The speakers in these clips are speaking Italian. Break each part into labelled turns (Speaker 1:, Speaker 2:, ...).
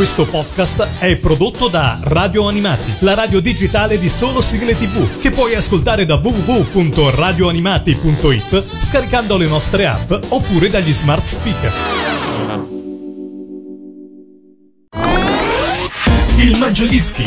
Speaker 1: Questo podcast è prodotto da Radio Animati, la radio digitale di solo sigle TV, che puoi ascoltare da www.radioanimati.it scaricando le nostre app oppure dagli smart speaker. Il Mangiadischi.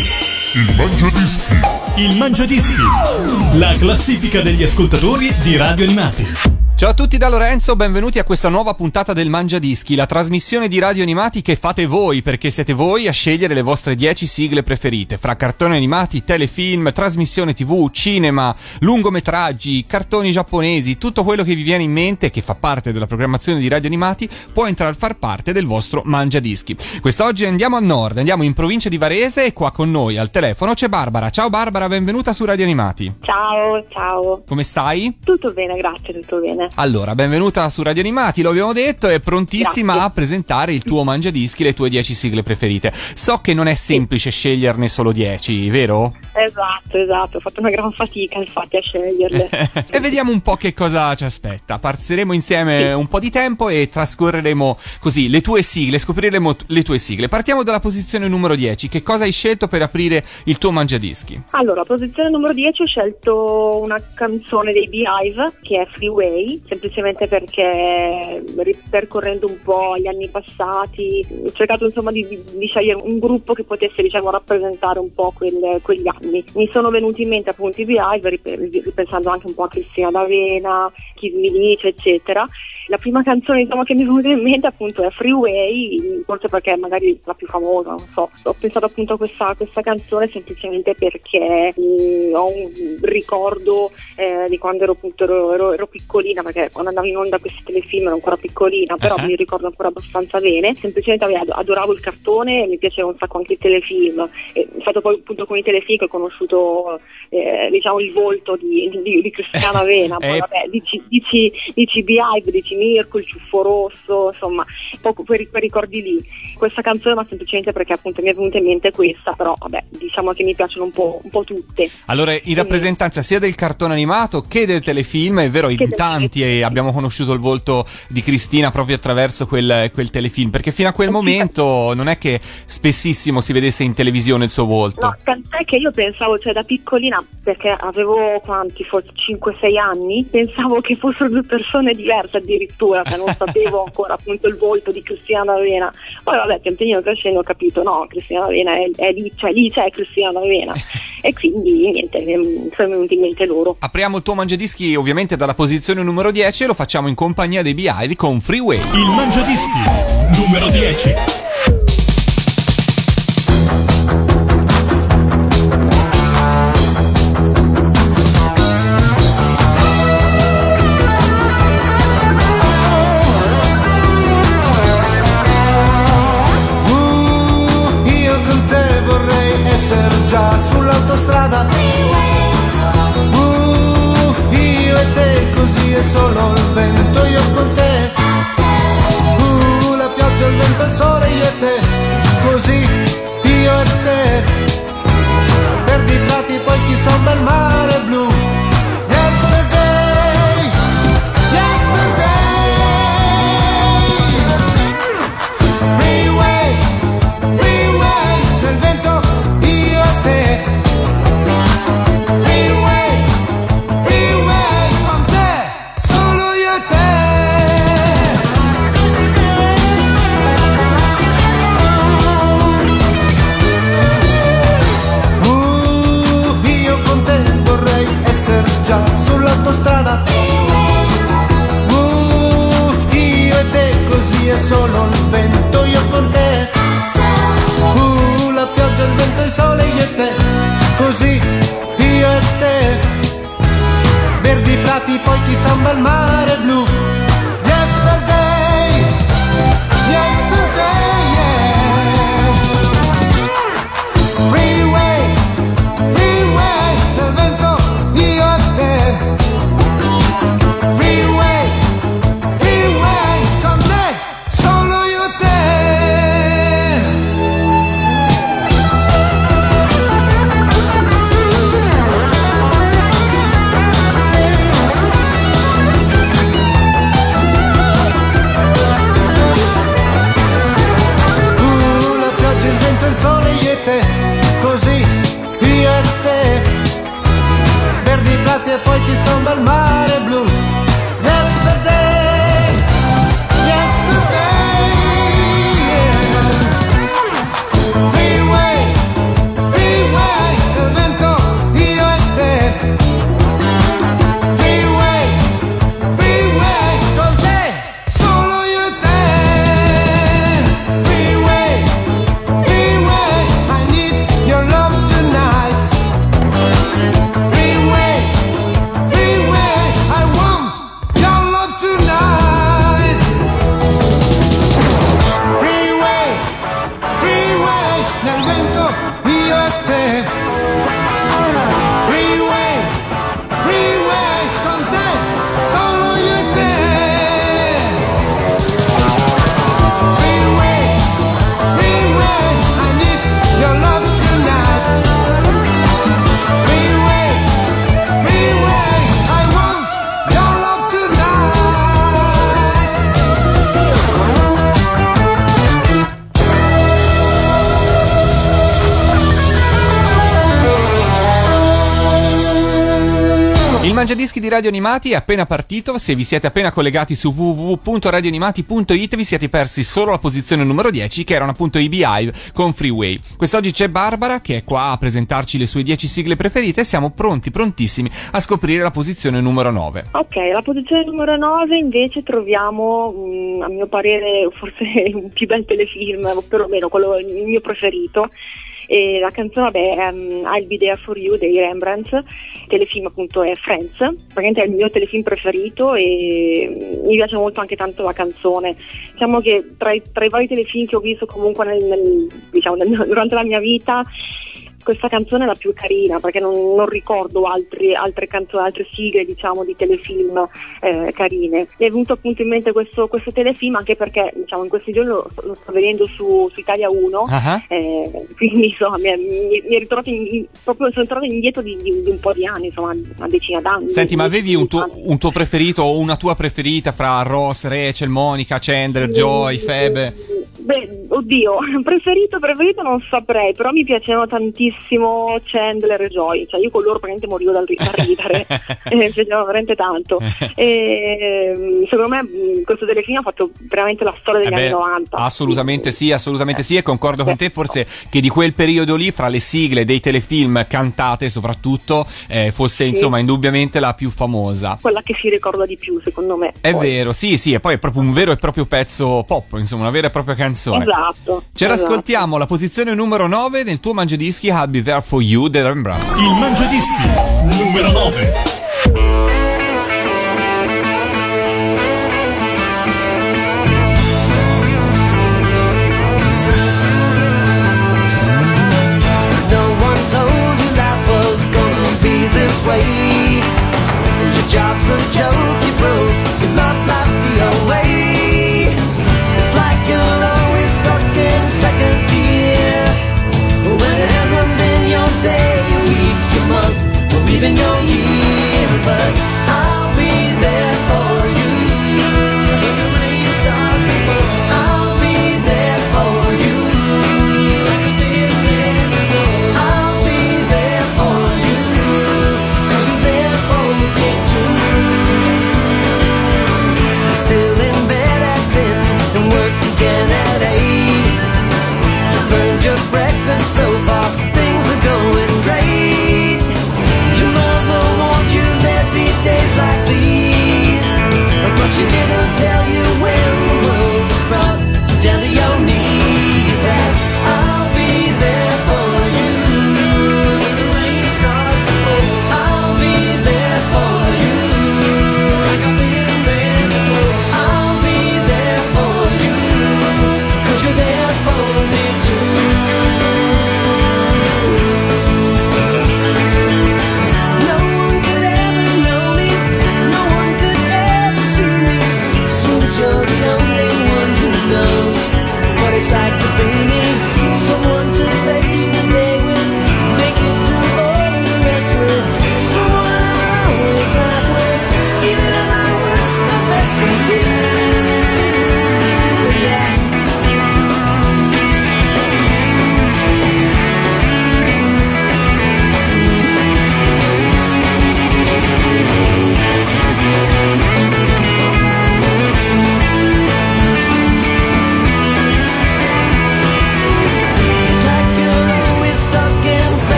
Speaker 1: Il Mangiadischi. La classifica degli ascoltatori di Radio Animati.
Speaker 2: Ciao a tutti da Lorenzo, benvenuti a questa nuova puntata del Mangiadischi, la trasmissione di Radio Animati che fate voi, perché siete voi a scegliere le vostre 10 sigle preferite, fra cartoni animati, telefilm, trasmissione TV, cinema, lungometraggi, cartoni giapponesi, tutto quello che vi viene in mente che fa parte della programmazione di Radio Animati può entrare a far parte del vostro Mangiadischi. Quest'oggi andiamo a nord, andiamo in provincia di Varese e qua con noi al telefono c'è Barbara. Ciao Barbara, benvenuta su Radio Animati.
Speaker 3: Ciao.
Speaker 2: Come stai?
Speaker 3: Tutto bene, grazie, tutto bene.
Speaker 2: Allora, benvenuta su Radio Animati, lo abbiamo detto, è prontissima
Speaker 3: Grazie.
Speaker 2: a presentare il tuo Mangiadischi, le tue 10 sigle preferite. So che non è semplice sceglierne solo 10, vero?
Speaker 3: Esatto, ho fatto una gran fatica infatti a sceglierle.
Speaker 2: E vediamo un po' che cosa ci aspetta. Passeremo insieme un po' di tempo e trascorreremo così le tue sigle, scopriremo le tue sigle. Partiamo dalla posizione numero 10, che cosa hai scelto per aprire il tuo Mangiadischi?
Speaker 3: Allora, posizione numero 10 ho scelto una canzone dei Beehive che è Freeway, semplicemente perché ripercorrendo un po' gli anni passati ho cercato insomma di scegliere un gruppo che potesse rappresentare un po' quegli anni. Mi sono venuti in mente appunto i Beehive, ripensando anche un po' a Cristina D'Avena, Chi mi dice eccetera. La prima canzone insomma che mi è venuta in mente appunto è Freeway, forse perché magari è la più famosa, non so. Ho pensato appunto a questa canzone semplicemente perché ho un ricordo di quando ero piccolina, perché quando andavo in onda questi telefilm ero ancora piccolina, però mi ricordo ancora abbastanza bene. Semplicemente adoravo il cartone e mi piaceva un sacco anche il telefilm. Infatti poi appunto con i telefilm che ho conosciuto il volto di Cristina D'Avena. Poi vabbè, dici Beehive, dici Mirko, il Ciuffo Rosso, insomma, poco quei ricordi lì. Questa canzone ma semplicemente perché appunto mi è venuta in mente questa, però vabbè, diciamo che mi piacciono un po' tutte.
Speaker 2: Allora, in rappresentanza sia del cartone animato che del telefilm, è vero, in tanti abbiamo conosciuto il volto di Cristina proprio attraverso quel telefilm, perché fino a quel momento non è che spessissimo si vedesse in televisione il suo volto.
Speaker 3: No, tant'è che io pensavo, da piccolina, perché avevo forse 5-6 anni, pensavo che fossero due persone diverse addirittura, che non sapevo ancora appunto il volto di Cristina D'Avena. Poi vabbè, pian pianino crescendo ho capito, no, Cristina D'Avena è lì, lì c'è Cristina D'Avena. E quindi niente, sono venuti in mente loro.
Speaker 2: Apriamo il tuo Mangiadischi ovviamente dalla posizione numero 10 e lo facciamo in compagnia dei Beehive con Freeway.
Speaker 1: Il Mangiadischi numero 10.
Speaker 4: Già sull'autostrada, io e te così è solo il vento, io con te, la pioggia, il vento, il sole, io nel vento, io e te. Freeway, freeway, con te, solo io e te. Freeway, freeway, I need your love tonight. Freeway, freeway, I want your love tonight.
Speaker 2: Il Mangiadischi di Radio Animati è appena partito. Se vi siete appena collegati su www.radioanimati.it vi siete persi solo la posizione numero 10, che erano appunto i Beehive con Freeway. Quest'oggi c'è Barbara che è qua a presentarci le sue 10 sigle preferite e siamo prontissimi a scoprire la posizione numero 9.
Speaker 3: Ok, la posizione numero 9 invece troviamo, a mio parere, forse un più bel telefilm, o perlomeno quello il mio preferito. E la canzone, I'll Be There For You dei Rembrandt. Il telefilm appunto è Friends, praticamente è il mio telefilm preferito e mi piace molto anche tanto la canzone. Diciamo che tra i vari telefilm che ho visto comunque durante la mia vita, questa canzone è la più carina, perché non ricordo altre canzoni, altre sigle diciamo di telefilm carine. Mi è venuto appunto in mente questo telefilm anche perché diciamo in questi giorni lo sto vedendo su Italia 1, quindi insomma mi è ritrovato sono tornato indietro di un po' di anni, insomma una decina d'anni.
Speaker 2: Senti, ma avevi un tuo preferito o una tua preferita fra Ross, Rachel, Monica, Chandler, Joy, Phoebe?
Speaker 3: Beh, oddio, preferito non saprei, però mi piacevano tantissimo Chandler e Joy, cioè io con loro praticamente morivo da ridere, mi piacevano veramente tanto. E secondo me questo telefilm ha fatto veramente la storia degli anni 90.
Speaker 2: Assolutamente sì, e concordo con te, forse che di quel periodo lì, fra le sigle dei telefilm cantate soprattutto, fosse insomma indubbiamente la più famosa.
Speaker 3: Quella che si ricorda di più, secondo me.
Speaker 2: È vero, sì, e poi è proprio un vero e proprio pezzo pop, insomma, una vera e propria canzone.
Speaker 3: Esatto.
Speaker 2: Ascoltiamo la posizione numero 9 nel tuo Mangiadischi I'll Be There For You dei Rembrandt.
Speaker 1: Il Mangiadischi numero 9.
Speaker 4: Your job's a joke, you broke, your love life's the away. It's like you're always stuck in second gear, when it hasn't been your day, your week, your month, or even your year.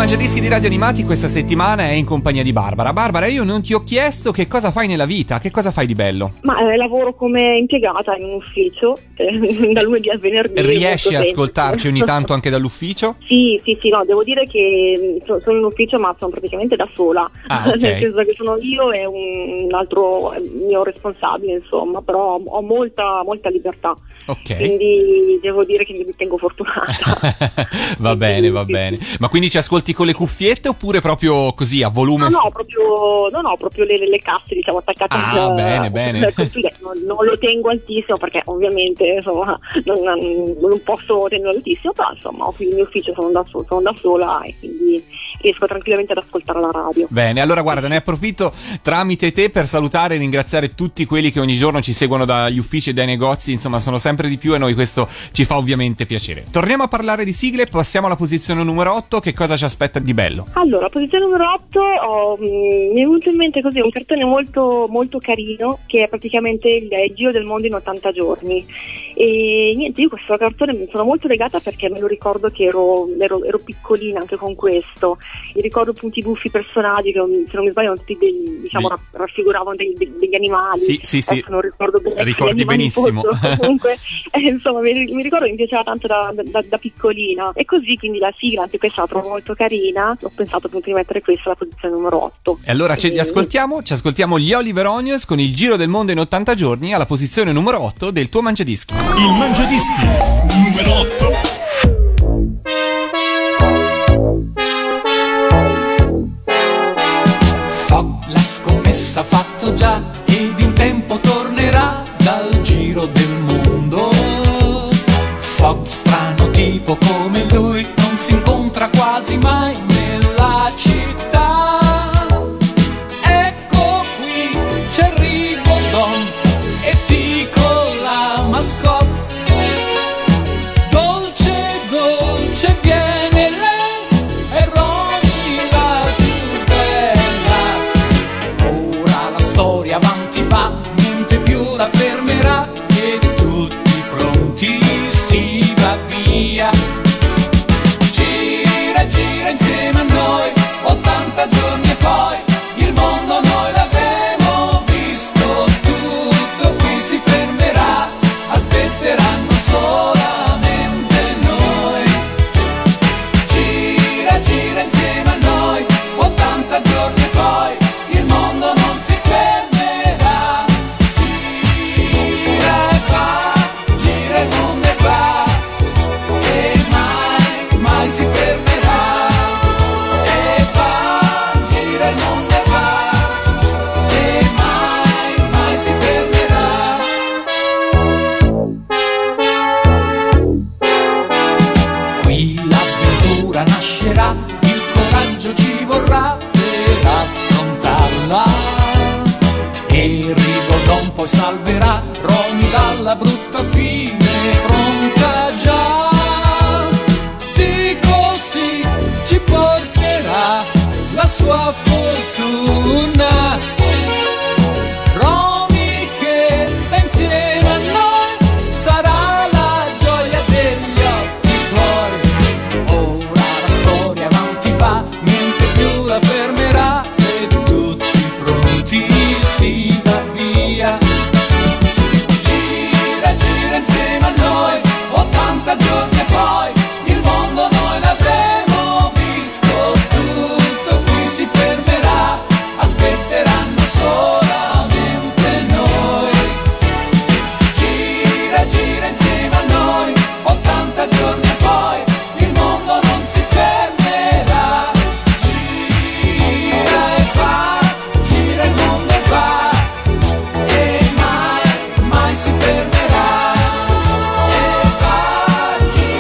Speaker 2: Mangiadischi di Radio Animati questa settimana è in compagnia di Barbara. Barbara, io non ti ho chiesto che cosa fai nella vita, che cosa fai di bello?
Speaker 3: Ma lavoro come impiegata in un ufficio, da lunedì al venerdì.
Speaker 2: Riesci a ascoltarci ogni tanto anche dall'ufficio?
Speaker 3: Sì, no, devo dire che sono in ufficio ma sono praticamente da sola,
Speaker 2: okay.
Speaker 3: Nel senso che sono io e un altro mio responsabile, insomma, però ho molta libertà,
Speaker 2: ok.
Speaker 3: Quindi devo dire che mi ritengo fortunata.
Speaker 2: Va bene. Ma quindi ci ascolti con le cuffiette oppure proprio così a volume?
Speaker 3: No, proprio le casse, diciamo, attaccate
Speaker 2: bene.
Speaker 3: Non lo tengo altissimo perché ovviamente insomma non posso tenerlo altissimo, però insomma il mio ufficio sono da sola e quindi riesco tranquillamente ad ascoltare la radio.
Speaker 2: Bene, allora guarda, ne approfitto tramite te per salutare e ringraziare tutti quelli che ogni giorno ci seguono dagli uffici e dai negozi, insomma sono sempre di più e noi questo ci fa ovviamente piacere. Torniamo a parlare di sigle, passiamo alla posizione numero 8, che cosa ci aspetta di bello?
Speaker 3: Allora, posizione numero 8, mi è venuto in mente così un cartone molto, molto carino che è praticamente il Giro del mondo in 80 giorni e niente, io questo cartone mi sono molto legata perché me lo ricordo che ero piccolina anche con questo, mi ricordo appunto i buffi personaggi che se non mi sbaglio tutti raffiguravano degli animali.
Speaker 2: Sì.
Speaker 3: Non ricordo bene,
Speaker 2: ricordi benissimo.
Speaker 3: Comunque insomma mi ricordo che mi piaceva tanto da piccolina e così, quindi la sigla anche questa la trovo molto carina, ho pensato appunto di mettere questa alla posizione numero 8.
Speaker 2: E allora ci ascoltiamo gli Oliver Onions con il Giro del mondo in 80 giorni alla posizione numero 8 del tuo Mangiadischi.
Speaker 1: Il Mangiadischi numero 8.
Speaker 5: Fog, la scommessa fatto già ed in tempo tornerà dal giro del mondo. Fog, strano tipo come lui, non si incontra quasi mai nella città. Ecco qui c'è Rigodon e Tico la mascotte. Dolce viene lei e Ronny la più bella. Ora la storia avanti va, niente più la fermerà e tutti pronti si va via. Gira insieme a noi, 80 giorni e poi il mondo noi l'avremo visto tutto, qui si fermerà, aspetteranno solamente noi. Gira insieme a noi, 80 giorni e poi il mondo non si fermerà. Gira e va, gira il mondo e va, e mai si fermerà. E va, gira il mondo e va, e mai si fermerà. Qui l'avventura nascerà, il coraggio ci vorrà per affrontarla. E Rigodon poi salverà Ronny dalla brutta fine, pronta già. Dico sì, ci porterà la sua fortuna. Ronny che sta insieme a noi sarà la gioia degli occhi tuoi. Ora la storia avanti va, niente più la fermerà e tutti pronti si va via. Gira insieme a noi, 80 giorni e poi il mondo noi l'avremo visto tutto, qui si fermerà, aspetteranno solamente noi. Gira insieme a noi, 80 giorni e poi il mondo non si fermerà. Gira e va, gira il mondo e va, e mai si fermerà. E va, gira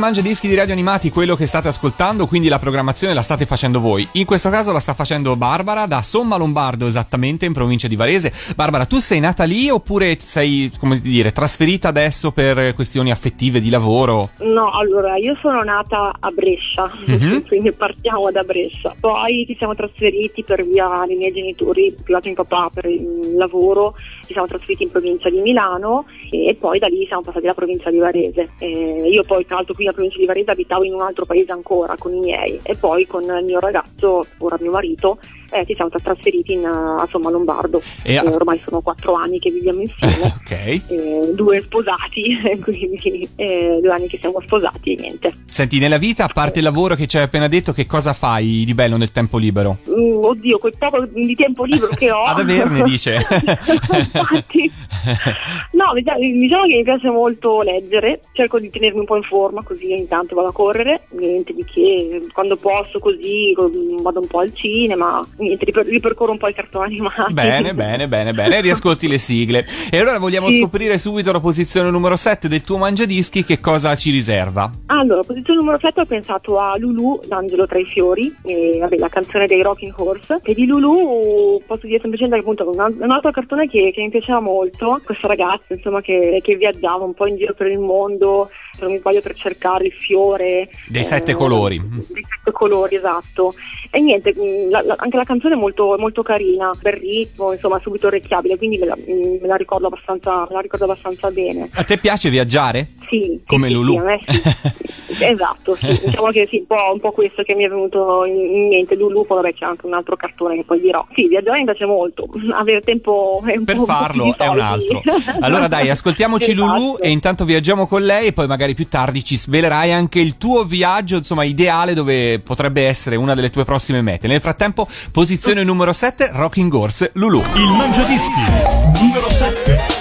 Speaker 2: Mangia Dischi di Radio Animati, quello che state ascoltando, quindi la programmazione la state facendo voi. In questo caso la sta facendo Barbara da Somma Lombardo, esattamente in provincia di Varese. Barbara, tu sei nata lì oppure sei, come dire, trasferita adesso per questioni affettive di lavoro?
Speaker 3: No, allora io sono nata a Brescia, quindi partiamo da Brescia. Poi ci siamo trasferiti per via dei miei genitori, più altro mio papà per il lavoro, ci siamo trasferiti in provincia di Milano e poi da lì siamo passati alla provincia di Varese. Io poi tra l'altro qui alla provincia di Varese abitavo in un altro paese ancora con i miei e poi con il mio ragazzo, ora mio marito, ci siamo trasferiti a Somma Lombardo. Ormai sono 4 anni che viviamo insieme.
Speaker 2: Ok.
Speaker 3: 2 sposati, quindi 2 anni che siamo sposati e niente.
Speaker 2: Senti, nella vita, a parte il lavoro che ci hai appena detto, che cosa fai di bello nel tempo libero?
Speaker 3: Oddio, quel poco di tempo libero che ho.
Speaker 2: Ad averne, dice.
Speaker 3: Infatti. No, diciamo che mi piace molto leggere, cerco di tenermi un po' in forma, così ogni tanto vado a correre, niente di che, quando posso così vado un po' al cinema, niente, ripercorro un po' i cartoni animati. Bene, riascolti le sigle. E allora vogliamo scoprire subito la posizione numero 7 del tuo Mangiadischi, che cosa ci riserva? Allora, posizione numero 7 ho pensato a Lulu d'Angelo tra i fiori, la canzone dei Rocking Horse, e di Lulu posso dire semplicemente che appunto un altro cartone che mi piaceva molto, questa ragazza insomma che viaggiava un po' in giro per il mondo, se non mi sbaglio per cercare il fiore
Speaker 2: dei 7 colori.
Speaker 3: Dei 7 colori, esatto. E niente, anche la canzone è molto, molto carina, bel ritmo, insomma subito orecchiabile, quindi me la ricordo abbastanza bene.
Speaker 2: A te piace viaggiare?
Speaker 3: Sì.
Speaker 2: Come
Speaker 3: sì,
Speaker 2: Lulu?
Speaker 3: Sì, a me sì. Esatto, sì. Diciamo che sì, un po' questo che mi è venuto in mente. Lulu, poi vabbè c'è anche un altro cartone che poi dirò. Sì, viaggiare mi piace molto, avere tempo è un
Speaker 2: per
Speaker 3: po'
Speaker 2: farlo è un altro. Allora dai, ascoltiamoci
Speaker 3: esatto.
Speaker 2: Lulu e intanto viaggiamo con lei e poi magari più tardi ci svelerai anche il tuo viaggio, insomma, ideale, dove potrebbe essere una delle tue prossime mete. Nel frattempo, posizione numero 7, Rocking Horse, Lulu.
Speaker 1: Il Mangiadischi numero 7.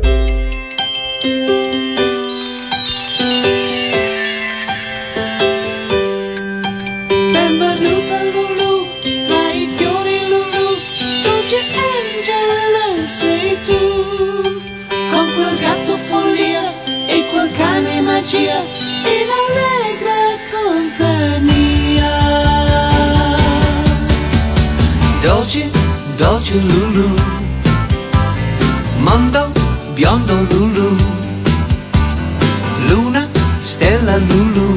Speaker 4: Benvenuta Lulu, tra i fiori Lulu, dolce angelo sei tu, con quel gatto follia e quel cane magia, in allegra compagnia. Dolce, dolce Lulu, mondo biondo Lulu, luna, stella Lulu,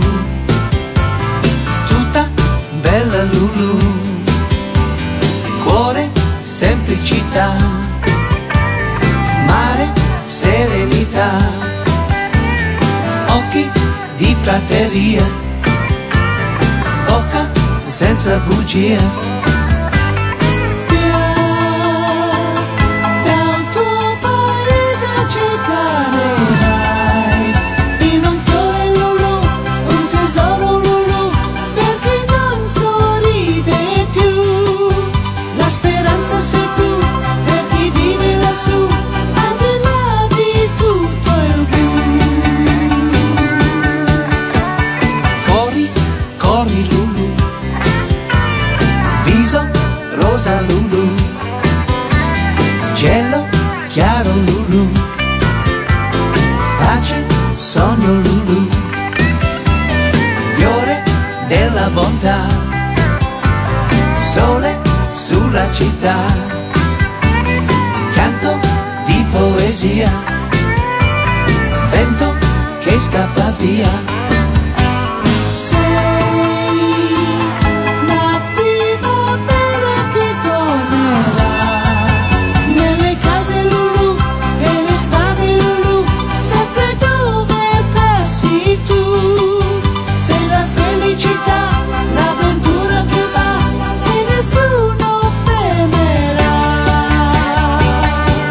Speaker 4: tutta bella Lulu, cuore, semplicità, mare, serenità, occhi di prateria, bocca senza bugia. Rosa Lulu, cielo chiaro Lulu, pace, sogno Lulu, fiore della bontà, sole sulla città, canto di poesia, vento che scappa via.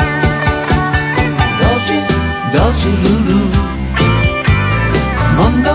Speaker 4: Dolce Lulu, mondo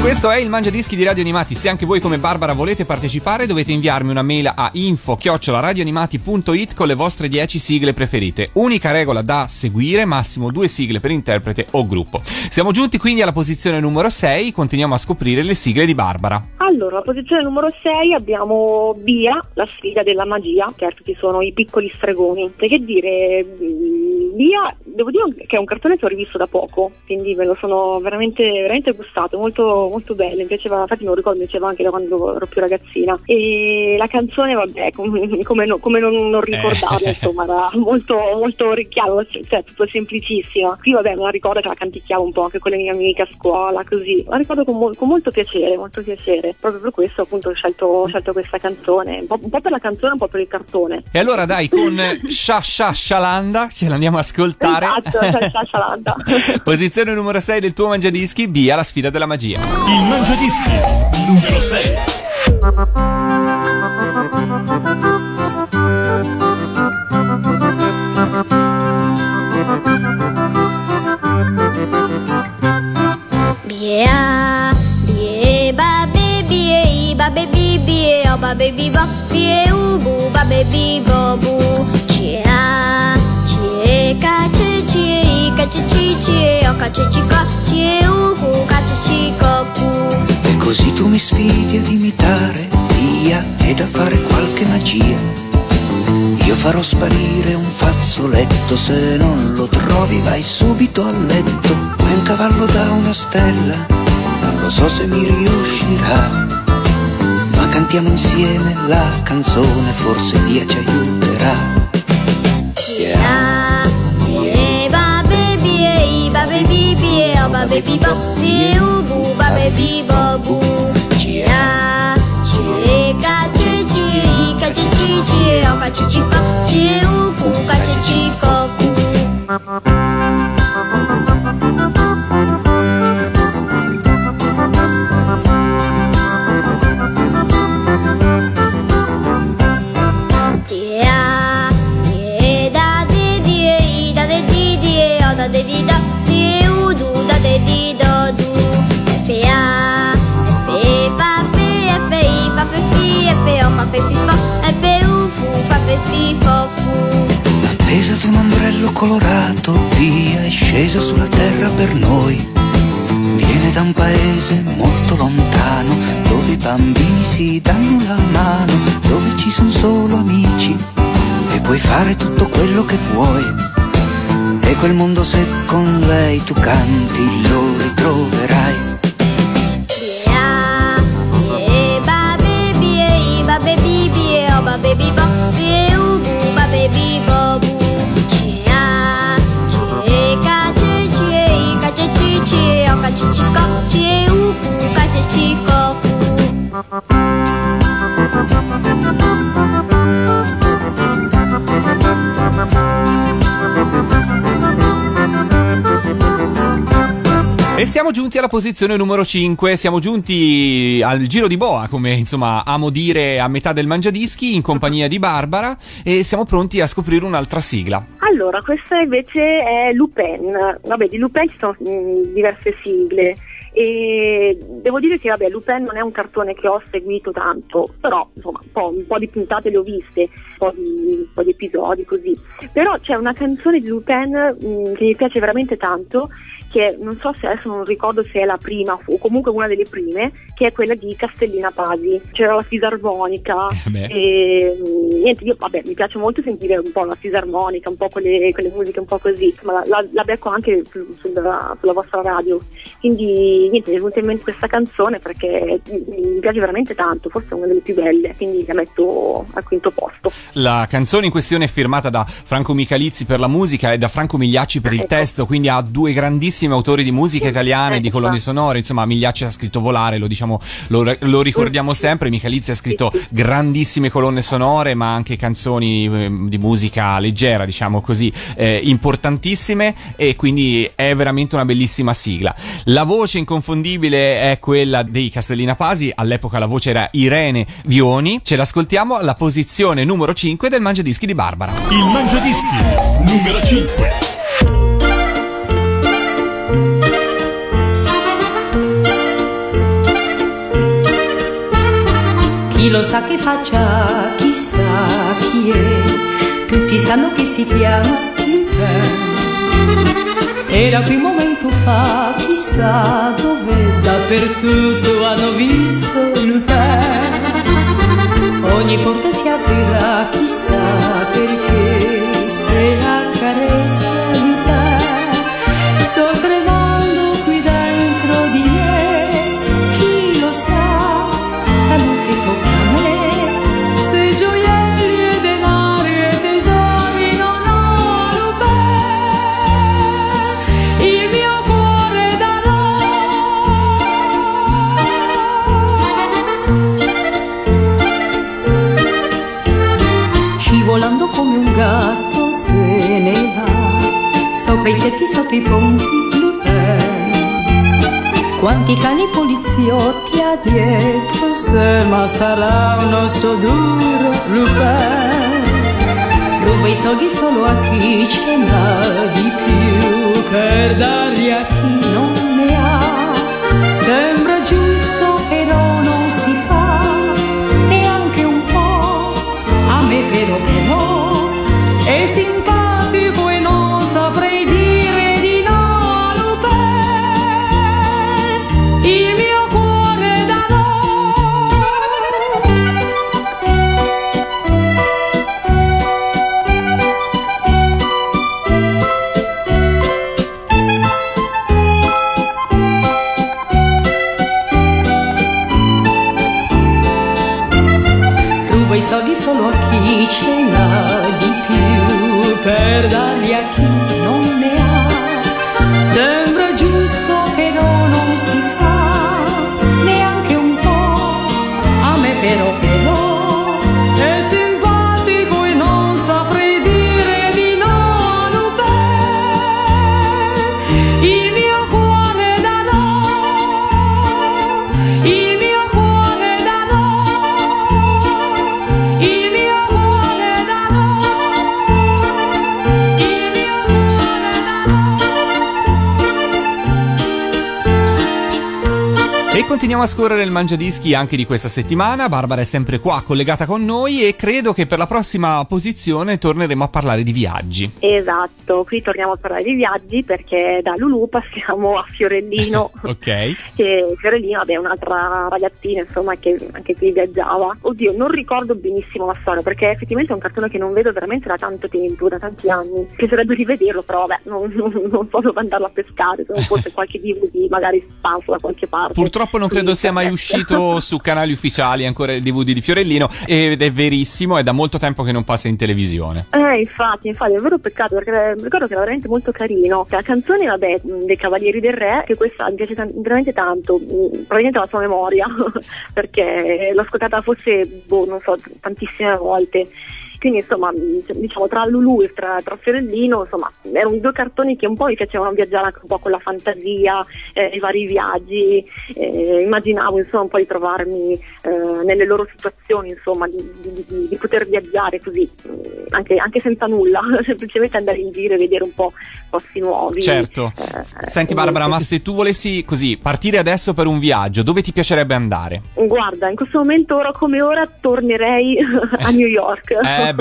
Speaker 2: Questo è il Mangiadischi di Radio Animati. Se anche voi come Barbara volete partecipare, dovete inviarmi una mail a info@radioanimati.it con le vostre 10 sigle preferite. Unica regola da seguire, massimo 2 sigle per interprete o gruppo. Siamo giunti quindi alla posizione numero 6, continuiamo a scoprire le sigle di Barbara.
Speaker 3: Allora, alla posizione numero 6 abbiamo Bia, la sfida della magia. Certo, ci sono i piccoli stregoni. Che dire, Bia, devo dire che è un cartone che ho rivisto da poco, quindi me lo sono veramente gustato, molto bello, mi piaceva, infatti me lo ricordo, mi piaceva anche da quando ero più ragazzina. E la canzone, vabbè, come non ricordarla, insomma, era molto chiaro, cioè tutto semplicissima. Qui vabbè, me la ricordo che la canticchiavo un po' anche con le mie amiche a scuola, così. La ricordo con molto piacere. Proprio per questo appunto ho scelto questa canzone, un po' per la canzone, un po' per il cartone.
Speaker 2: E allora dai, con Shalanda ce l'andiamo a ascoltare.
Speaker 3: Esatto, Shalanda.
Speaker 2: Posizione numero 6 del tuo Mangiadischi, Bia, la sfida della magia.
Speaker 1: Il Mangiadischi numero 6.
Speaker 6: Bia, bie, babe, bie, babe, bie, oh babe, bibo, bie, ubu, babe, bibo, bu, cia, cia, cia, cia, oh cace, cico, cia, ubu, cace, cico, cu.
Speaker 7: E così tu mi sfidi ad imitare Bia ed a fare qualche magia. Io farò sparire un fazzoletto, se non lo trovi vai subito a letto. Poi un cavallo da una stella, non lo so se mi riuscirà, ma cantiamo insieme la canzone, forse Bia ci aiuterà.
Speaker 6: Yeah. Bie, babe, bie, babe, bie, oh babe, bibo, bie, ubu, babe, bibo, bu, cia, cia, cia, cia, oh cace, cico, cia, ubu, cace, cico, cu. De di da, di u du da de di do du. F a, f fa fe, f i fa fe fi, f o fa fe fi fo, f u fu fa fe fi fo fu.
Speaker 7: Appesa ad un ombrello colorato, Bia è scesa sulla terra per noi. Viene da un paese molto lontano, dove i bambini si danno la mano, dove ci sono solo amici e puoi fare tutto quello che vuoi. E quel mondo se con lei tu canti lo ritroverai.
Speaker 6: Bia, bie, babe, bie, babe, bie, oh babe, bibo, bie, ubu, babe, bibo, bu, cia, cia, cia, cia, oh cace, cico, cia, ubu, cace, cico, cu.
Speaker 2: E siamo giunti alla posizione numero 5, siamo giunti al giro di boa, come insomma amo dire a metà del Mangiadischi, in compagnia di Barbara, e siamo pronti a scoprire un'altra sigla.
Speaker 3: Allora, questa invece è Lupin. Vabbè, di Lupin ci sono diverse sigle. E devo dire che vabbè, Lupin non è un cartone che ho seguito tanto, però insomma un po' di puntate le ho viste, un po' di episodi così. Però c'è una canzone di Lupin che mi piace veramente tanto, che non so se adesso non ricordo se è la prima o comunque una delle prime, che è quella di Castellina Pasi. C'era la fisarmonica e niente, io vabbè mi piace molto sentire un po' la fisarmonica, un po' quelle musiche un po' così, ma la becco anche sulla vostra radio, quindi niente, mi è venuta in mente questa canzone perché mi piace veramente tanto, forse è una delle più belle, quindi la metto al quinto posto.
Speaker 2: La canzone in questione è firmata da Franco Michalizzi per la musica e da Franco Migliacci per il testo, quindi ha due grandissimi autori di musica italiana e di colonne sonore. Insomma, Migliacci ha scritto Volare, lo ricordiamo sempre. Michalizzi ha scritto grandissime colonne sonore, ma anche canzoni di musica leggera, diciamo così, importantissime, e quindi è veramente una bellissima sigla. La voce inconfondibile è quella dei Castellina Pasi, all'epoca la voce era Irene Vioni. Ce l'ascoltiamo alla posizione numero 5 del Mangiadischi di Barbara.
Speaker 1: Il Mangiadischi numero 5.
Speaker 8: Chi lo sa che faccia, chissà chi è, tutti sanno che si chiama Lupin. Era qui un momento fa, chissà dove, dappertutto hanno visto Lupin. Ogni porta si aprirà, chissà perché, se la carezza Lupin. Sto tremando qui dentro di me, chi lo sa, stanotte tocca a me, se gioielli e denari e tesori non ho Lupin, il mio cuore darò. Scivolando come un gatto se ne va, sopra i tetti, sotto i ponti, Lupin. Quanti cani poliziotti ha dietro sé, ma sarà un osso duro, Lupin. Ruba i soldi solo a chi ce n'ha di più, per darli a chi non ne ha. Sembra giusto però non si fa, neanche un po', a me però è simpatico e non saprei dire di no, Lupin, il mio cuore darò. Ruba i soldi solo a chi ce n'ha di più, per darli a chi non ne ha. Sembra giusto però non si fa, neanche un po', a me però è simpatico e non saprei dire di no, Lupin, il mio cuore darò, il mio cuore darò, il mio cuore darò.
Speaker 2: E continuiamo a scorrere il Mangiadischi anche di questa settimana. Barbara è sempre qua collegata con noi e credo che per la prossima posizione torneremo a parlare di viaggi.
Speaker 3: Esatto, qui torniamo a parlare di viaggi perché da Lulù passiamo a Fiorellino.
Speaker 2: Ok.
Speaker 3: Che Fiorellino è un'altra ragazzina, insomma, che anche qui viaggiava. Oddio, non ricordo benissimo la storia perché effettivamente è un cartone che non vedo veramente da tanto tempo, da tanti anni. Piacerebbe rivederlo, però vabbè, non so dove andarlo a pescare, se non fosse qualche DVD magari sparso da qualche parte.
Speaker 2: Purtroppo non credo sia mai uscito su canali ufficiali ancora il DVD di Fiorellino, ed è verissimo, è da molto tempo che non passa in televisione.
Speaker 3: Infatti, è un vero peccato perché ricordo che era veramente molto carino. La canzone, vabbè, dei Cavalieri del Re, che questa mi piace veramente tanto, probabilmente la sua memoria, perché l'ho ascoltata forse, non so, tantissime volte. Quindi insomma, diciamo, tra Lulù e tra Fiorellino, insomma, erano due cartoni che un po' mi piacevano viaggiare anche un po' con la fantasia, i vari viaggi, immaginavo insomma un po' di trovarmi nelle loro situazioni, insomma, di poter viaggiare così, anche senza nulla, semplicemente andare in giro e vedere un po' posti nuovi.
Speaker 2: Certo. Senti Barbara, ma se tu volessi così partire adesso per un viaggio, dove ti piacerebbe andare?
Speaker 3: Guarda, in questo momento, ora come ora, tornerei a New York.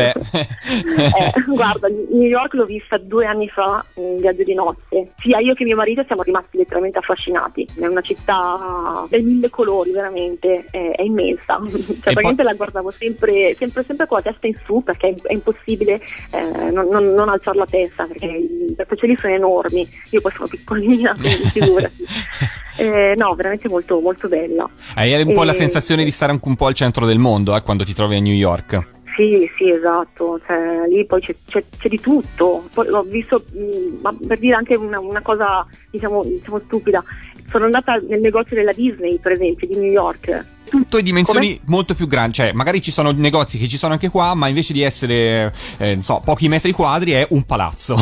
Speaker 3: Guarda, New York l'ho vista 2 anni fa in viaggio di nozze. Sia io che mio marito siamo rimasti letteralmente affascinati. È una città dai 1000 colori, veramente, è immensa. Cioè, praticamente la guardavo sempre con la testa in su, perché è impossibile non alzare la testa, perché i cieli sono enormi. Io poi sono piccolina, quindi figurati. No, veramente molto, molto bella.
Speaker 2: Hai un po' la sensazione di stare anche un po' al centro del mondo quando ti trovi a New York.
Speaker 3: Sì, esatto, cioè, lì poi c'è di tutto. Poi l'ho visto, ma per dire anche una cosa diciamo stupida, sono andata nel negozio della Disney, per esempio, di New York.
Speaker 2: Tutto in dimensioni molto più grandi, cioè magari ci sono negozi che ci sono anche qua, ma invece di essere pochi metri quadri è un palazzo.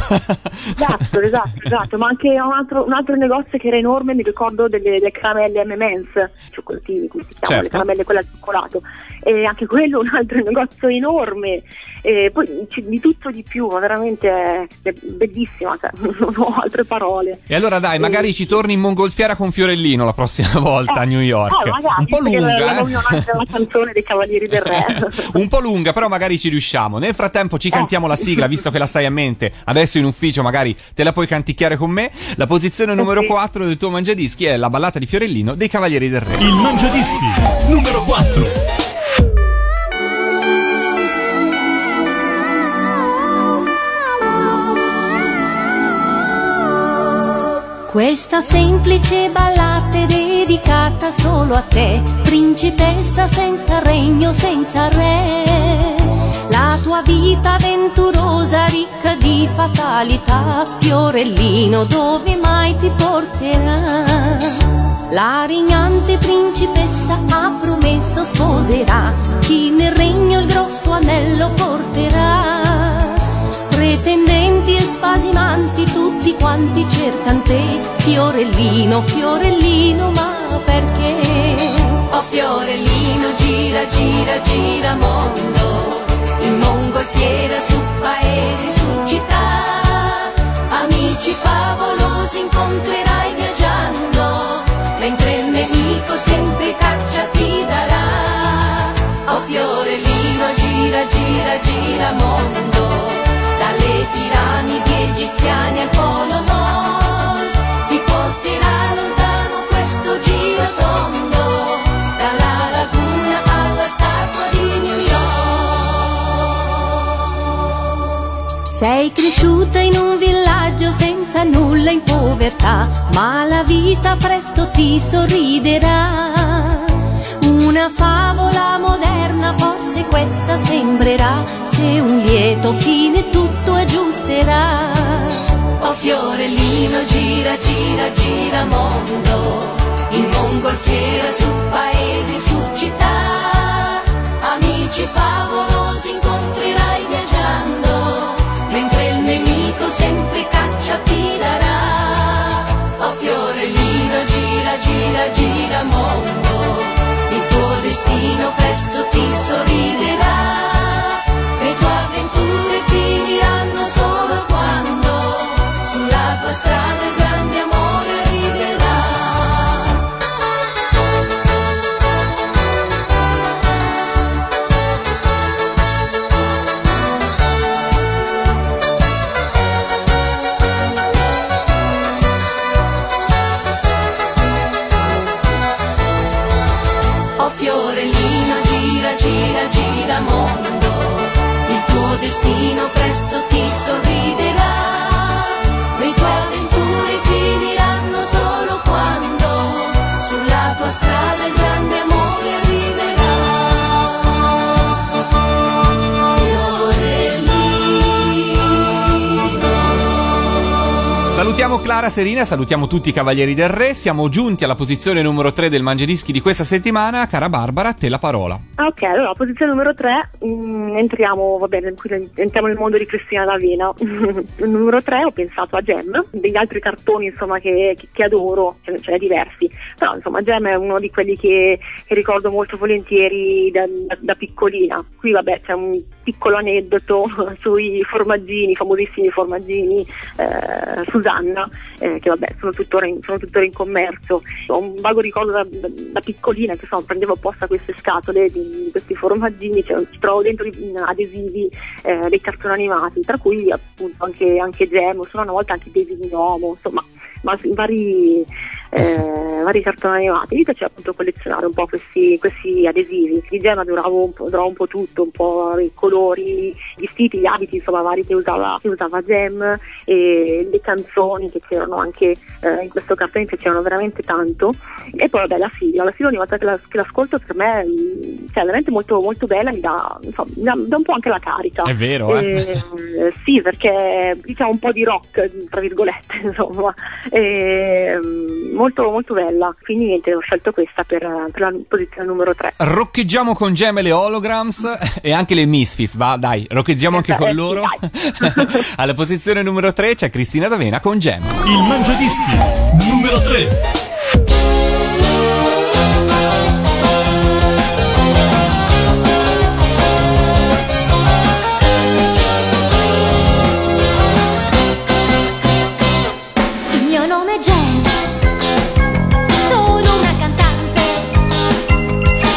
Speaker 2: Esatto, ma anche un altro negozio che era enorme, mi ricordo delle caramelle M&M's, cioccolatini, come si chiamano, certo.
Speaker 3: Le caramelle quelle al cioccolato, e anche quello un altro negozio enorme, e poi di tutto di più, ma veramente è bellissima, cioè, non ho altre parole.
Speaker 2: E allora dai, magari ci torni in mongolfiera con Fiorellino la prossima volta a New York.
Speaker 3: Magari,
Speaker 2: un po' lungo lunga.
Speaker 3: nomino anche la canzone dei Cavalieri del Re.
Speaker 2: Un po' lunga, però magari ci riusciamo. Nel frattempo ci cantiamo la sigla, visto che la sai a mente. Adesso in ufficio magari te la puoi canticchiare con me. La posizione numero 4 del tuo mangiadischi è la ballata di Fiorellino dei Cavalieri del Re.
Speaker 1: Il mangiadischi numero 4.
Speaker 8: Questa semplice ballata è dedicata solo a te, principessa senza regno, senza re. La tua vita avventurosa, ricca di fatalità, Fiorellino, dove mai ti porterà? La regnante principessa ha promesso sposerà chi nel regno il grosso anello porterà. Pretendenti e spasimanti tutti quanti cercan te, Fiorellino, Fiorellino, ma perché? Oh Fiorellino, gira, gira, gira mondo, in mongolfiera, su paesi, su città, amici favolosi incontrerai viaggiando, mentre il nemico sempre caccia ti darà. Oh Fiorellino, gira, gira, gira mondo, dalle piramidi egiziane al polo nord, ti porterà lontano questo giro tondo, dalla laguna alla statua di New York. Sei cresciuta in un villaggio senza nulla, in povertà, ma la vita presto ti sorriderà. Una favola moderna forse questa sembrerà, se un lieto fine tutto aggiusterà. Oh Fiorellino, gira, gira, gira mondo, in mongolfiera, su paesi, su città, amici favolosi incontrerai viaggiando, mentre il nemico sempre caccia ti darà. Oh Fiorellino, gira, gira, gira mondo, destino presto ti sorriderà, le tue avventure finiranno solo quando sulla tua strada il grande amore arriverà. Fiorellino, gira, gira, gira mondo, il tuo destino presto ti sorriderà, le tue avventure finiranno solo quando sulla tua strada il grande amore arriverà. Fiorellino.
Speaker 2: Salutiamo Clara Serina, salutiamo tutti i Cavalieri del Re. Siamo giunti alla posizione numero 3 del mangiadischi di questa settimana. Cara Barbara, a te la parola.
Speaker 3: Ok, allora, posizione numero 3, entriamo nel mondo di Cristina D'Avena. Numero 3 ho pensato a Gem, degli altri cartoni insomma che adoro, ce ne diversi, però insomma Gem è uno di quelli che ricordo molto volentieri da piccolina. Qui vabbè c'è un piccolo aneddoto sui formaggini, i famosissimi formaggini Susanna, che vabbè sono tuttora in commercio. Ho un vago ricordo da piccolina che insomma prendevo apposta queste scatole di questi formaggini, ci trovo dentro adesivi dei cartoni animati, tra cui appunto anche Gem, solo una volta anche Daisy di Nomo, insomma, ma vari cartoni animati. Mi piaceva appunto collezionare un po' questi adesivi. Di Gem adoravo un po' tutto, un po' i colori, i vestiti, gli abiti, insomma vari che usava Gem, e le canzoni che c'erano anche in questo cartone mi piacevano veramente tanto. E poi vabbè la sigla ogni volta che l'ascolto, per me cioè veramente molto molto bella, mi dà un po' anche la carica.
Speaker 2: È vero,
Speaker 3: sì, perché diciamo un po' di rock tra virgolette, insomma, molto molto bella, quindi niente, ho scelto questa per la posizione numero 3.
Speaker 2: Roccheggiamo con Gem e le Holograms e anche le Misfits, va dai, roccheggiamo anche con loro. Alla posizione numero 3 c'è Cristina D'Avena con Gem.
Speaker 1: Il mangiadischi numero 3.
Speaker 8: Sono una cantante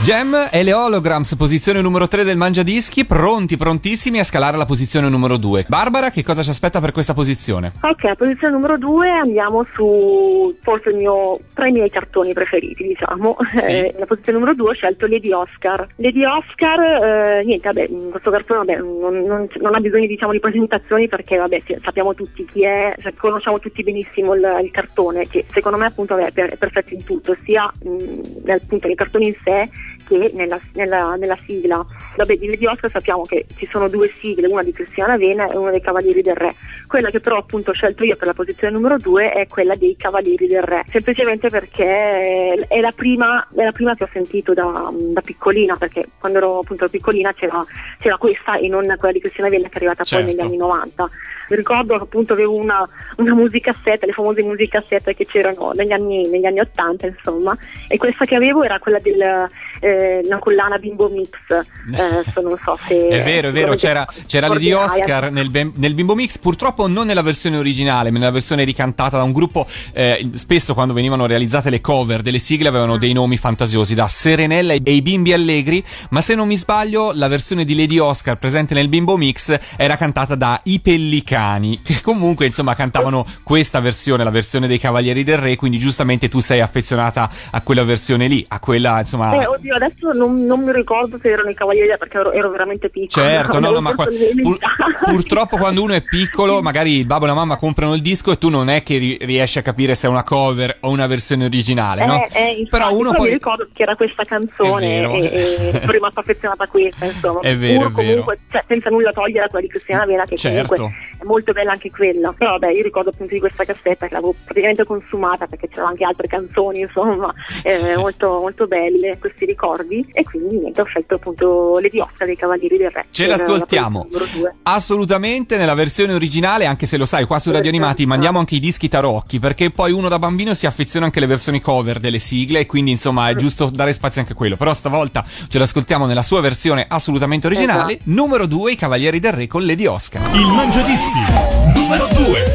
Speaker 2: Gem e le Holograms, posizione numero 3 del Mangiadischi, prontissimi a scalare la posizione numero 2. Barbara, che cosa ci aspetta per questa posizione?
Speaker 3: Ok, posizione numero 2 andiamo su forse tra i miei cartoni preferiti, diciamo.
Speaker 2: Sì.
Speaker 3: La posizione numero 2 ho scelto Lady Oscar. Lady Oscar, niente, vabbè, questo cartone non ha bisogno, diciamo, di presentazioni, perché vabbè, sappiamo tutti chi è, conosciamo tutti benissimo il cartone, che secondo me appunto è perfetto in tutto, sia nel cartone in sé che nella sigla. Vabbè, di Lady Oscar sappiamo che ci sono due sigle, una di Cristiana Avena e una dei Cavalieri del Re. Quella che però appunto ho scelto io per la posizione numero 2 è quella dei Cavalieri del Re, semplicemente perché è la prima che ho sentito da piccolina, perché quando ero appunto piccolina c'era questa e non quella di Cristiana Avena, che è arrivata poi negli anni 90. Mi ricordo che appunto avevo una musicassetta, le famose musicassette che c'erano negli anni 80, insomma, e questa che avevo era quella una collana Bimbo Mix. Non so se
Speaker 2: è vero, c'era Lady Oscar nel Bimbo Mix, purtroppo non nella versione originale, ma nella versione ricantata da un gruppo. Spesso quando venivano realizzate le cover delle sigle avevano dei nomi fantasiosi, da Serenella e i Bimbi Allegri, ma se non mi sbaglio la versione di Lady Oscar presente nel Bimbo Mix era cantata da I Pellicani, che comunque insomma cantavano questa versione, la versione dei Cavalieri del Re, quindi giustamente tu sei affezionata a quella versione lì, a quella insomma.
Speaker 3: Oddio, adesso non mi ricordo se erano i Cavalieri, perché ero veramente piccola.
Speaker 2: Certo, no, ma purtroppo quando uno è piccolo, magari il babbo e la mamma comprano il disco e tu non è che riesci a capire se è una cover o una versione originale, no?
Speaker 3: Infatti,
Speaker 2: però uno poi
Speaker 3: mi ricordo che era questa canzone e sono rimasta affezionata a questa, insomma.
Speaker 2: È vero,
Speaker 3: comunque, cioè, senza nulla togliere a quella di Cristiana Avena, che
Speaker 2: certo,
Speaker 3: comunque è molto bella anche quella. Però vabbè, io ricordo appunto di questa cassetta che l'avevo praticamente consumata, perché c'erano anche altre canzoni, insomma, molto, molto belle, questi ricordi, e quindi niente, ho scelto appunto Lady Oscar dei Cavalieri del Re.
Speaker 2: Ce l'ascoltiamo assolutamente nella versione originale, anche se lo sai, qua su Radio Animati mandiamo anche i dischi tarocchi, perché poi uno da bambino si affeziona anche alle versioni cover delle sigle, e quindi insomma è giusto dare spazio anche a quello. Però stavolta ce l'ascoltiamo nella sua versione assolutamente originale. Numero 2, i Cavalieri del Re con Lady Oscar.
Speaker 1: Il Mangiadischi numero 2.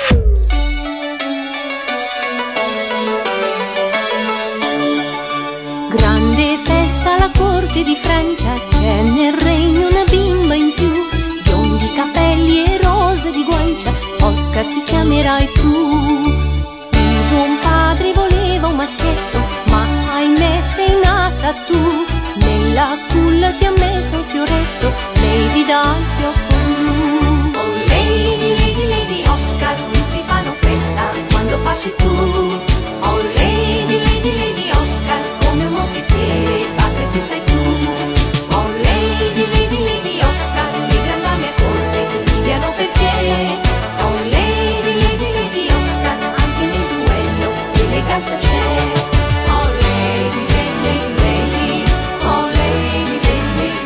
Speaker 8: Grande festa alla corte di Francia, c'è nel regno una bimba in più, biondi capelli e rose di guancia, Oscar ti chiamerai tu. Il buon padre voleva un maschietto, ma ahimè sei nata tu, nella culla ti ha messo un fioretto, Lady dal fiocco blu. Oh Lady, Lady, Lady Oscar, tutti fanno festa quando passi tu. Oh Lady, Lady, Lady Oscar, come un moschettiere batterti sei tu. Oh Lady, Lady, Lady Oscar, le grandame a corte ti invidiano per te. Oh Lady, Lady, Lady Oscar, anche nel duello eleganza c'è. Oh Lady, Lady, Lady, oh Lady, Lady,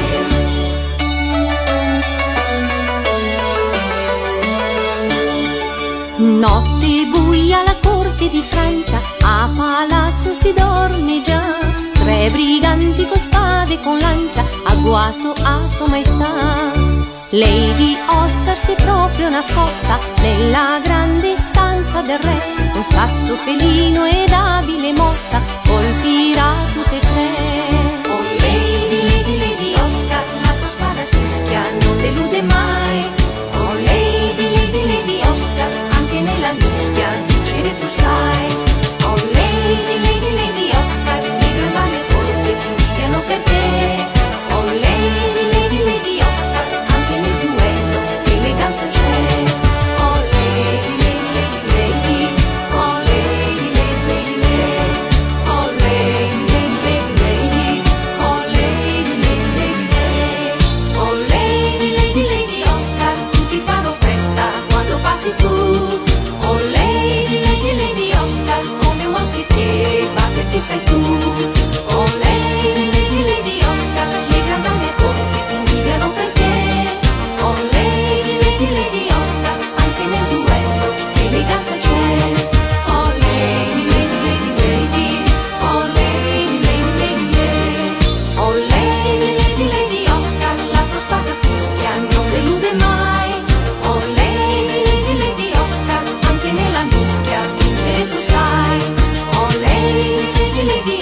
Speaker 8: Lady. Notte buia alla corte di Francia, a palazzo si dorme già, 3 briganti con spade e con lancia, agguato a sua maestà. Lady Oscar si è proprio nascosta nella grande stanza del re, con scatto felino ed abile mossa colpirà tutte e 3. Oh Lady, Lady, Lady Oscar, la tua spada fischia non delude mai. Oh Lady, Lady, Lady Oscar, anche nella mischia vincere tu sai. Oh Lady, Lady, Lady Oscar, le grandame a corte ti invidiano per te. Oh Lady, Lady, Lady Oscar, anche nel duello eleganza c'è. Oh Lady, Lady, Lady, Lady, oh Lady, Lady, Lady, Lady, oh Lady, Lady, Lady, Lady, oh Lady, Lady, Lady, Lady. Oh Lady, Lady, Lady Oscar, tutti fanno festa quando passi tu. Oh Lady, Lady, Lady Oscar, come un moschettiere batterti sei tu. Oh Lady, Lady, Lady Oscar, le grandame a corte ti invidiano per te. Oh Lady, Lady, Lady Oscar, anche nel duello eleganza c'è. Oh Lady, Lady, Lady, Lady, oh Lady, Lady, Lady, Lady. Oh Lady, Lady, Lady Oscar, la tua spada fischia non delude mai. Oh Lady, Lady, Lady Oscar, anche nella mischia vincere tu sai. Oh Lady, Lady, Lady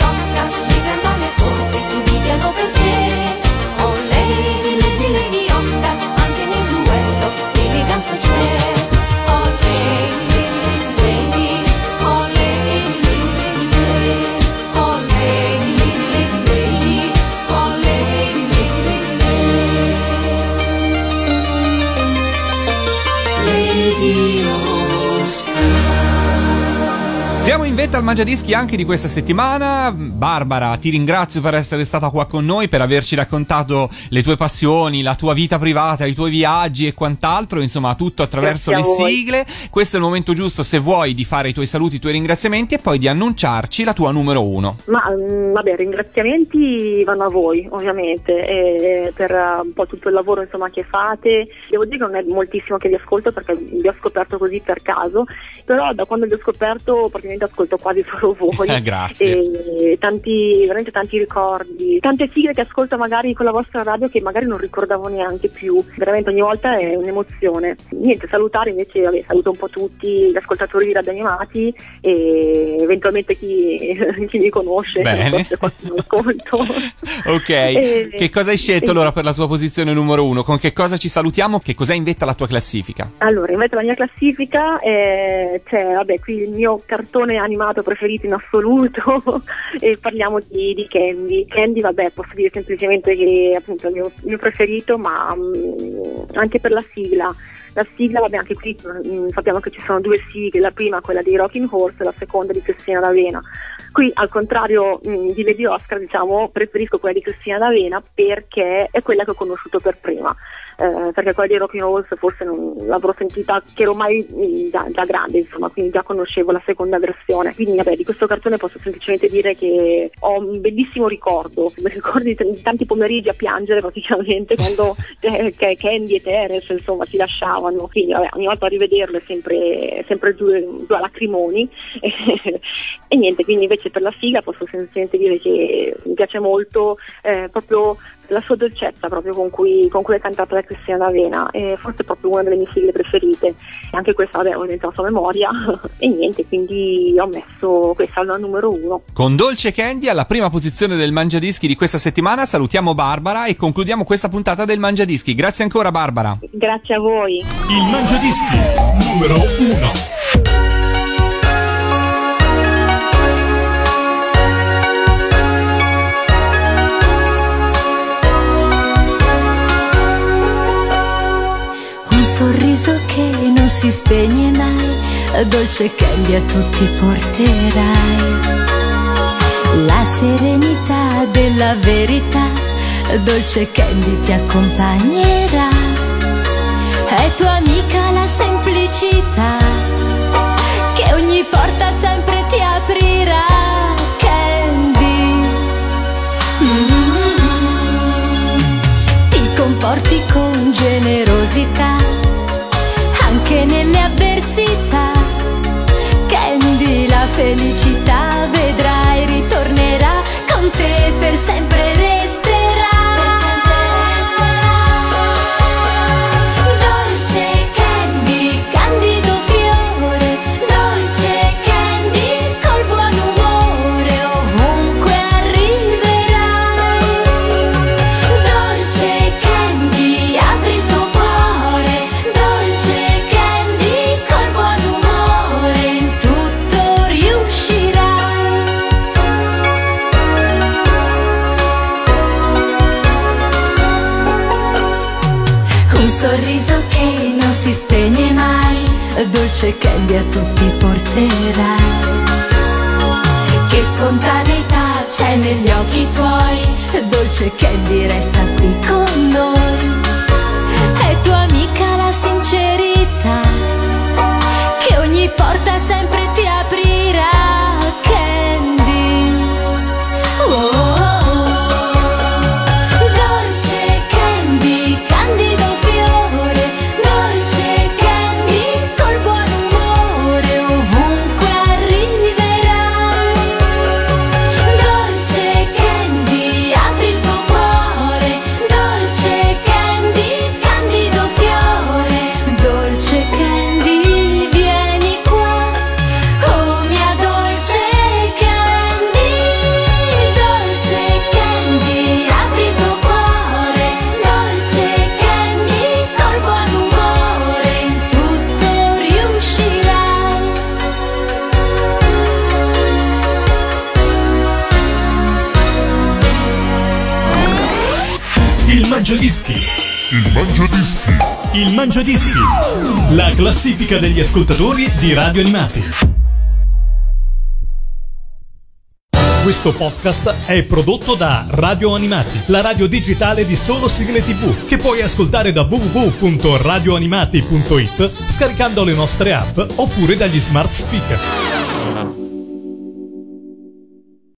Speaker 2: finalmente al Mangiadischi anche di questa settimana. Barbara, ti ringrazio per essere stata qua con noi, per averci raccontato le tue passioni, la tua vita privata, i tuoi viaggi e quant'altro, insomma tutto attraverso le sigle. Questo è il momento giusto, se vuoi, di fare i tuoi saluti, i tuoi ringraziamenti e poi di annunciarci la tua numero 1.
Speaker 3: Ma vabbè, ringraziamenti vanno a voi ovviamente per un po' tutto il lavoro insomma che fate. Devo dire che non è moltissimo che vi ascolto perché vi ho scoperto così per caso, però da quando vi ho scoperto praticamente ascolto quasi solo voi.
Speaker 2: Grazie.
Speaker 3: E veramente tanti ricordi, tante sigle che ascolto magari con la vostra radio che magari non ricordavo neanche più, veramente ogni volta è un'emozione. Niente, salutare invece, saluto un po' tutti gli ascoltatori di Radio Animati e eventualmente chi mi conosce.
Speaker 2: Bene.
Speaker 3: Ascolto.
Speaker 2: Ok, che cosa hai scelto allora per la tua posizione numero 1? Con che cosa ci salutiamo? Che cos'è in vetta alla tua classifica?
Speaker 3: Allora, in vetta alla mia classifica c'è qui il mio cartone animato preferito in assoluto e parliamo di Candy. Candy, posso dire semplicemente che appunto è il mio preferito, ma anche per la sigla. La sigla, anche qui sappiamo che ci sono 2 sigle, la prima quella di Rocking Horse e la seconda di Cristina D'Avena. Qui al contrario di Lady Oscar, diciamo, preferisco quella di Cristina D'Avena perché è quella che ho conosciuto per prima, perché quella di Rocking Horse forse non l'avrò sentita, che ero ormai già grande, insomma, quindi già conoscevo la seconda versione. Quindi di questo cartone posso semplicemente dire che ho un bellissimo ricordo, mi ricordo di tanti pomeriggi a piangere praticamente quando Candy e Terence insomma si lasciavano, quindi ogni volta a rivederlo è sempre due lacrimoni e niente, quindi invece per la sigla posso semplicemente dire che mi piace molto proprio la sua dolcezza proprio con cui è cantata da Cristina D'Avena, e forse è proprio una delle mie sigle preferite. Anche questa ovviamente la sua memoria e niente, quindi ho messo questa alla numero 1.
Speaker 2: Con Dolce Candy alla prima posizione del Mangiadischi di questa settimana salutiamo Barbara e concludiamo questa puntata del Mangiadischi. Grazie ancora Barbara.
Speaker 3: Grazie a voi.
Speaker 1: Il Mangiadischi numero 1.
Speaker 8: Un sorriso che non si spegne mai, dolce Candy a tutti porterai. La serenità della verità, dolce Candy ti accompagnerà. È tua amica la semplicità, che ogni porta sempre ti aprirà. Candy, ti comporti con generosità anche nelle avversità. Candy, la felicità vedrai ritornerà, con te per sempre resterà. Dolce Candy, candido fiore, dolce Candy, col buon umore ovunque arriverai. Dolce Candy, apri il tuo cuore, dolce Candy, col buon umore in tutto riuscirai. Un sorriso che non si spegne mai, dolce Candy a tutti porterai. Che spontaneità c'è negli occhi tuoi, dolce Candy resta qui con noi. È tua amica la sincerità, che ogni porta sempre ti aprirà. Candy, dolce Candy, candido fiore, dolce Candy, col buon umore ovunque arriverai. Dolce Candy, apri il tuo cuore, dolce Candy, candido fiore, dolce Candy, vieni qua, oh mia dolce Candy. Dolce Candy, apri il tuo cuore, dolce Candy, col buon umore in tutto riuscirai.
Speaker 1: Il Mangiadischi.
Speaker 9: Il Mangiadischi.
Speaker 1: Il Mangiadischi. La classifica degli ascoltatori di Radio Animati. Questo podcast è prodotto da Radio Animati, la radio digitale di solo sigle TV, che puoi ascoltare da www.radioanimati.it scaricando le nostre app oppure dagli smart speaker.